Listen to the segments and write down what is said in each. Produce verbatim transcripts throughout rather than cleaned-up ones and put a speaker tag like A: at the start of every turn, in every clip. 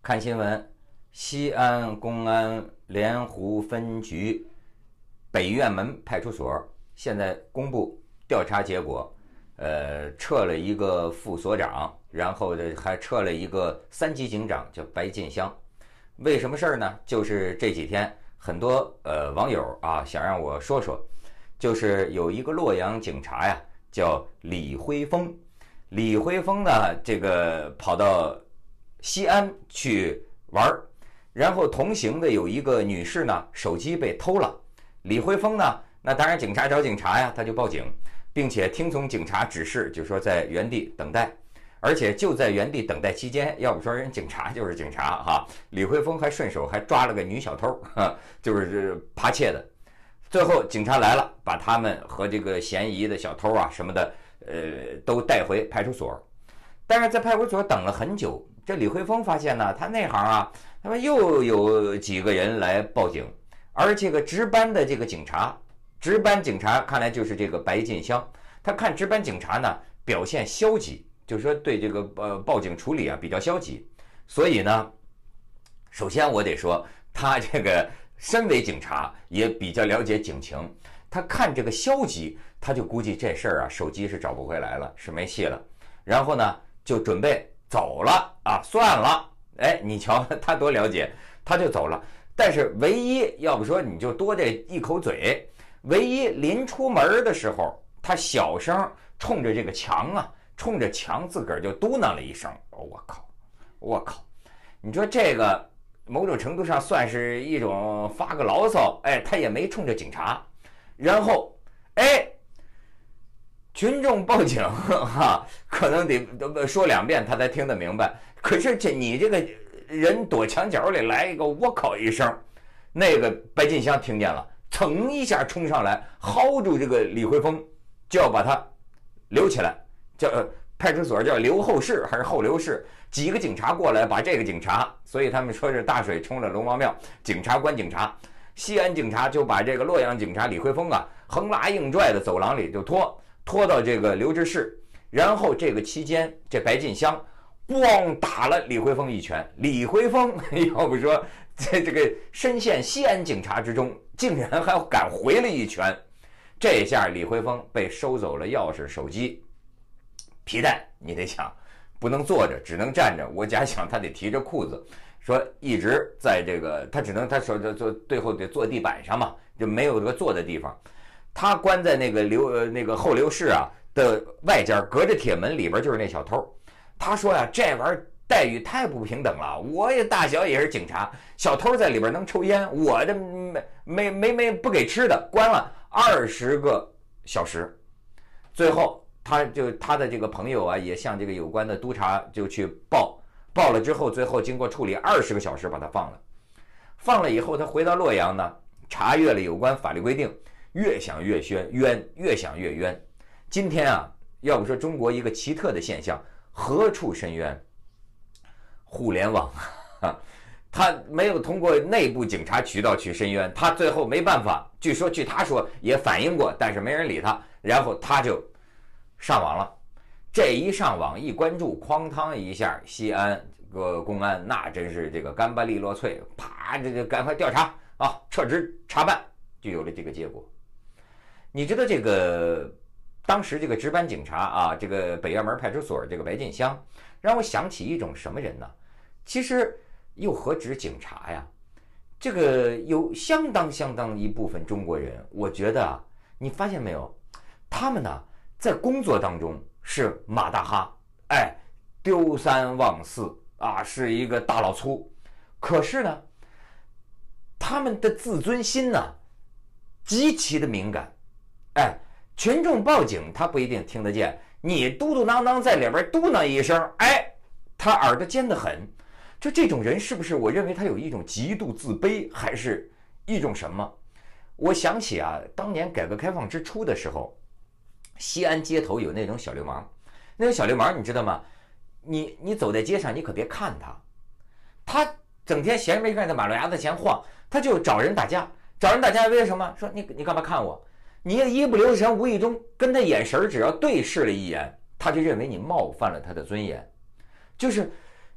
A: 看新闻，西安公安莲湖分局北院门派出所现在公布调查结果，呃，撤了一个副所长，然后呢还撤了一个三级警长，叫白进香。为什么事儿呢？就是这几天很多呃网友啊想让我说说，就是有一个洛阳警察呀，叫李辉峰。李辉峰呢，这个跑到西安去玩，然后同行的有一个女士呢，手机被偷了。李辉峰呢，那当然警察找警察呀，他就报警，并且听从警察指示，就说在原地等待。而且就在原地等待期间，要不说人警察就是警察哈，李辉峰还顺手还抓了个女小偷，就是扒窃的。最后警察来了，把他们和这个嫌疑的小偷啊什么的，呃，都带回派出所。但是在派出所等了很久，这李辉峰发现呢，他那行啊，他们又有几个人来报警，而这个值班的这个警察，值班警察看来就是这个白进香，他看值班警察呢表现消极，就是说对这个呃报警处理啊比较消极，所以呢，首先我得说，他这个身为警察也比较了解警情，他看这个消极，他就估计这事儿啊手机是找不回来了，是没戏了，然后呢就准备走了啊，算了，哎，你瞧他多了解，他就走了。但是唯一要不说你就多这一口嘴，唯一临出门的时候，他小声冲着这个墙啊，冲着墙自个儿就嘟囔了一声：“哦，我靠，我靠！”你说这个某种程度上算是一种发个牢骚，哎，他也没冲着警察。然后，哎，群众报警哈，可能得说两遍他才听得明白。可是这你这个人躲墙角里来一个我靠一声，那个白进香听见了，噌一下冲上来，薅住这个李辉峰，就要把他留起来，叫、呃、派出所叫留后事还是后留事？几个警察过来把这个警察，所以他们说是大水冲了龙王庙，警察关警察。西安警察就把这个洛阳警察李辉峰啊，横拉硬拽的走廊里就拖拖到这个留置室，然后这个期间，这白进香咣打了李辉峰一拳。李辉峰要不说在这个深陷西安警察之中，竟然还敢回了一拳。这下李辉峰被收走了钥匙、手机、皮带，你得想，不能坐着，只能站着。我假想他得提着裤子，说一直在这个，他只能他说坐最后得坐地板上嘛，就没有这个坐的地方。他关在那个留呃那个后留室啊的外间，隔着铁门，里边就是那小偷。他说呀，这玩意儿待遇太不平等了，我也大小也是警察，小偷在里边能抽烟，我这没没没没不给吃的，关了二十个小时。最后他就他的这个朋友啊，也向这个有关的督察就去报，报了之后，最后经过处理二十个小时把他放了。放了以后，他回到洛阳呢，查阅了有关法律规定，越想越冤冤，越想越冤。今天啊，要不说中国一个奇特的现象，何处申冤？互联网，他没有通过内部警察渠道去申冤，他最后没办法，据说据他说也反映过，但是没人理他，然后他就上网了。这一上网一关注，哐当一下，西安个公安那真是这个干巴利落脆，啪，这个赶快调查啊，撤职查办，就有了这个结果。你知道这个当时这个值班警察啊，这个北院门派出所这个白进香，让我想起一种什么人呢？其实又何止警察呀，这个有相当相当一部分中国人，我觉得啊，你发现没有，他们呢在工作当中是马大哈，哎，丢三忘四啊，是一个大老粗，可是呢，他们的自尊心呢极其的敏感。哎，群众报警他不一定听得见，你嘟嘟囔囔在里边嘟囔一声，哎，他耳朵尖得很。就这种人是不是我认为他有一种极度自卑，还是一种什么？我想起啊，当年改革开放之初的时候，西安街头有那种小流氓，那种小流氓你知道吗？你你走在街上，你可别看他，他整天闲着没事在马路牙子前晃，他就找人打架，找人打架为什么？说你你干嘛看我？你也一不留神，无意中跟他眼神只要对视了一眼，他就认为你冒犯了他的尊严。就是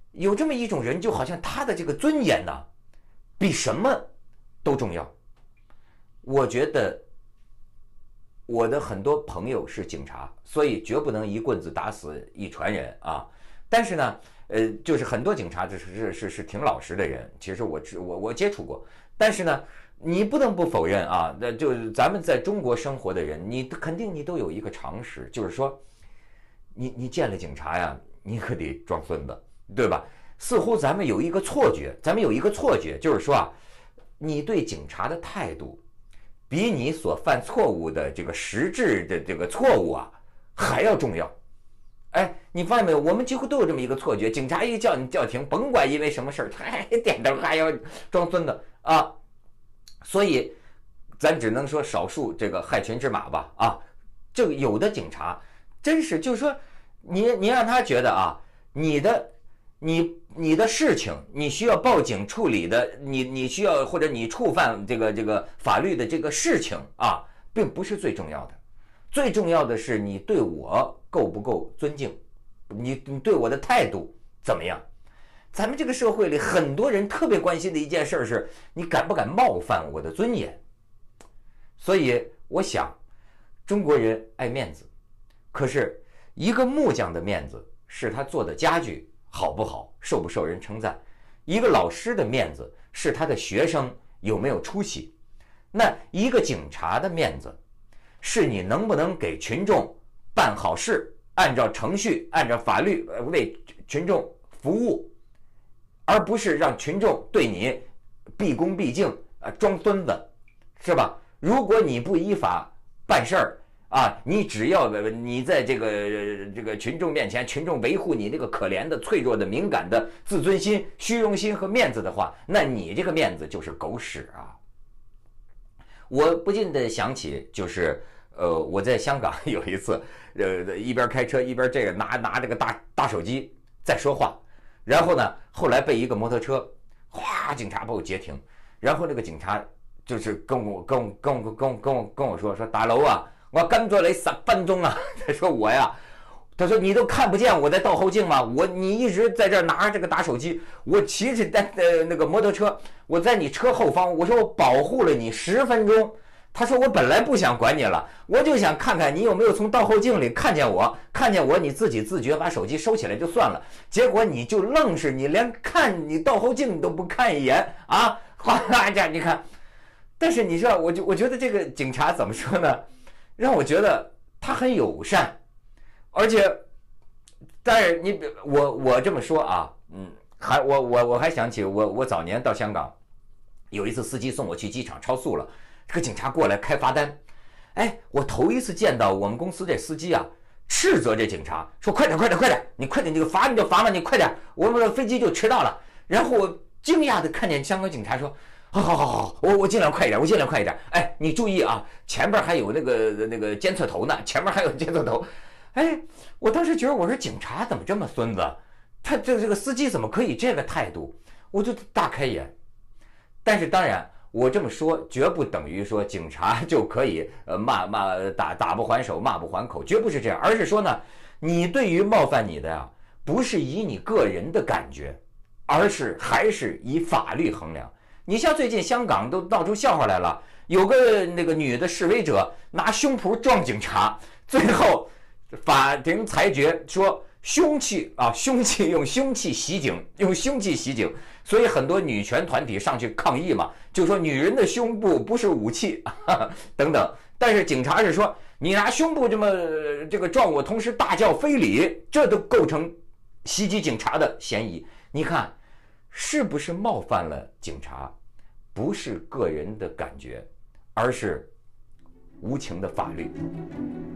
A: 有这么一种人，就好像他的这个尊严呢，比什么都重要。我觉得我的很多朋友是警察，所以绝不能一棍子打死一船人啊。但是呢，呃，就是很多警察这是是是是挺老实的人，其实我我我接触过。但是呢，你不能不否认啊，那就是咱们在中国生活的人，你肯定你都有一个常识，就是说，你你见了警察呀，你可得装孙子，对吧？似乎咱们有一个错觉，咱们有一个错觉，就是说啊，你对警察的态度，比你所犯错误的这个实质的这个错误啊还要重要。哎，你发现没有？我们几乎都有这么一个错觉，警察一叫你叫停，甭管因为什么事儿，他还点头，还要装孙子啊。所以，咱只能说少数这个害群之马吧啊。这个有的警察真是就是说，你你让他觉得啊，你的你你的事情你需要报警处理的，你你需要或者你触犯这个这个法律的这个事情啊，并不是最重要的。最重要的是你对我够不够尊敬，你你对我的态度怎么样？咱们这个社会里很多人特别关心的一件事是，你敢不敢冒犯我的尊严？所以我想，中国人爱面子，可是一个木匠的面子是他做的家具好不好，受不受人称赞；一个老师的面子是他的学生有没有出息；那一个警察的面子是你能不能给群众办好事，按照程序按照法律为群众服务，而不是让群众对你毕恭毕敬啊，装孙子，是吧？如果你不依法办事儿啊，你只要你在这个这个群众面前，群众维护你那个可怜的、脆弱的、敏感的自尊心、虚荣心和面子的话，那你这个面子就是狗屎啊！我不禁的想起，就是呃，我在香港有一次，呃，一边开车一边这个拿拿这个大大手机在说话，然后呢，后来被一个摩托车，哗，警察把我截停，然后那个警察就是跟我跟我跟我跟我跟我跟我说说大佬啊，我跟咗你十分钟啊，他说我呀。他说：“你都看不见我在倒后镜吗？我你一直在这儿拿着这个打手机，我骑着在呃那个摩托车，我在你车后方。我说我保护了你十分钟。他说我本来不想管你了，我就想看看你有没有从倒后镜里看见我，看见我你自己自觉把手机收起来就算了。结果你就愣是你连看你倒后镜你都不看一眼啊！哗啦这样你看，但是你知道，我就我觉得这个警察怎么说呢？让我觉得他很友善。”而且，但是你我我这么说啊，嗯，还我我我还想起我我早年到香港，有一次司机送我去机场超速了，这个警察过来开罚单，哎，我头一次见到我们公司这司机啊，斥责这警察说快点快点快点，你快点这个罚你就罚了，你快点，我们的飞机就迟到了。然后我惊讶的看见香港警察说。好好好好，我我尽量快一点，我尽量快一点。哎，你注意啊，前边还有那个那个监测头呢，前面还有监测头。哎，我当时觉得我说警察怎么这么孙子？他这这个司机怎么可以这个态度？我就大开眼。但是当然，我这么说绝不等于说警察就可以呃骂骂打打不还手，骂不还口，绝不是这样，而是说呢，你对于冒犯你的呀，不是以你个人的感觉，而是还是以法律衡量。你像最近香港都闹出笑话来了，有个那个女的示威者拿胸脯撞警察，最后法庭裁决说凶器啊，凶器用凶器袭警，用凶器袭警，所以很多女权团体上去抗议嘛，就说女人的胸部不是武器哈哈等等。但是警察是说你拿胸部这么这个撞我，同时大叫非礼，这都构成袭击警察的嫌疑。你看是不是冒犯了警察？不是个人的感觉，而是无情的法律。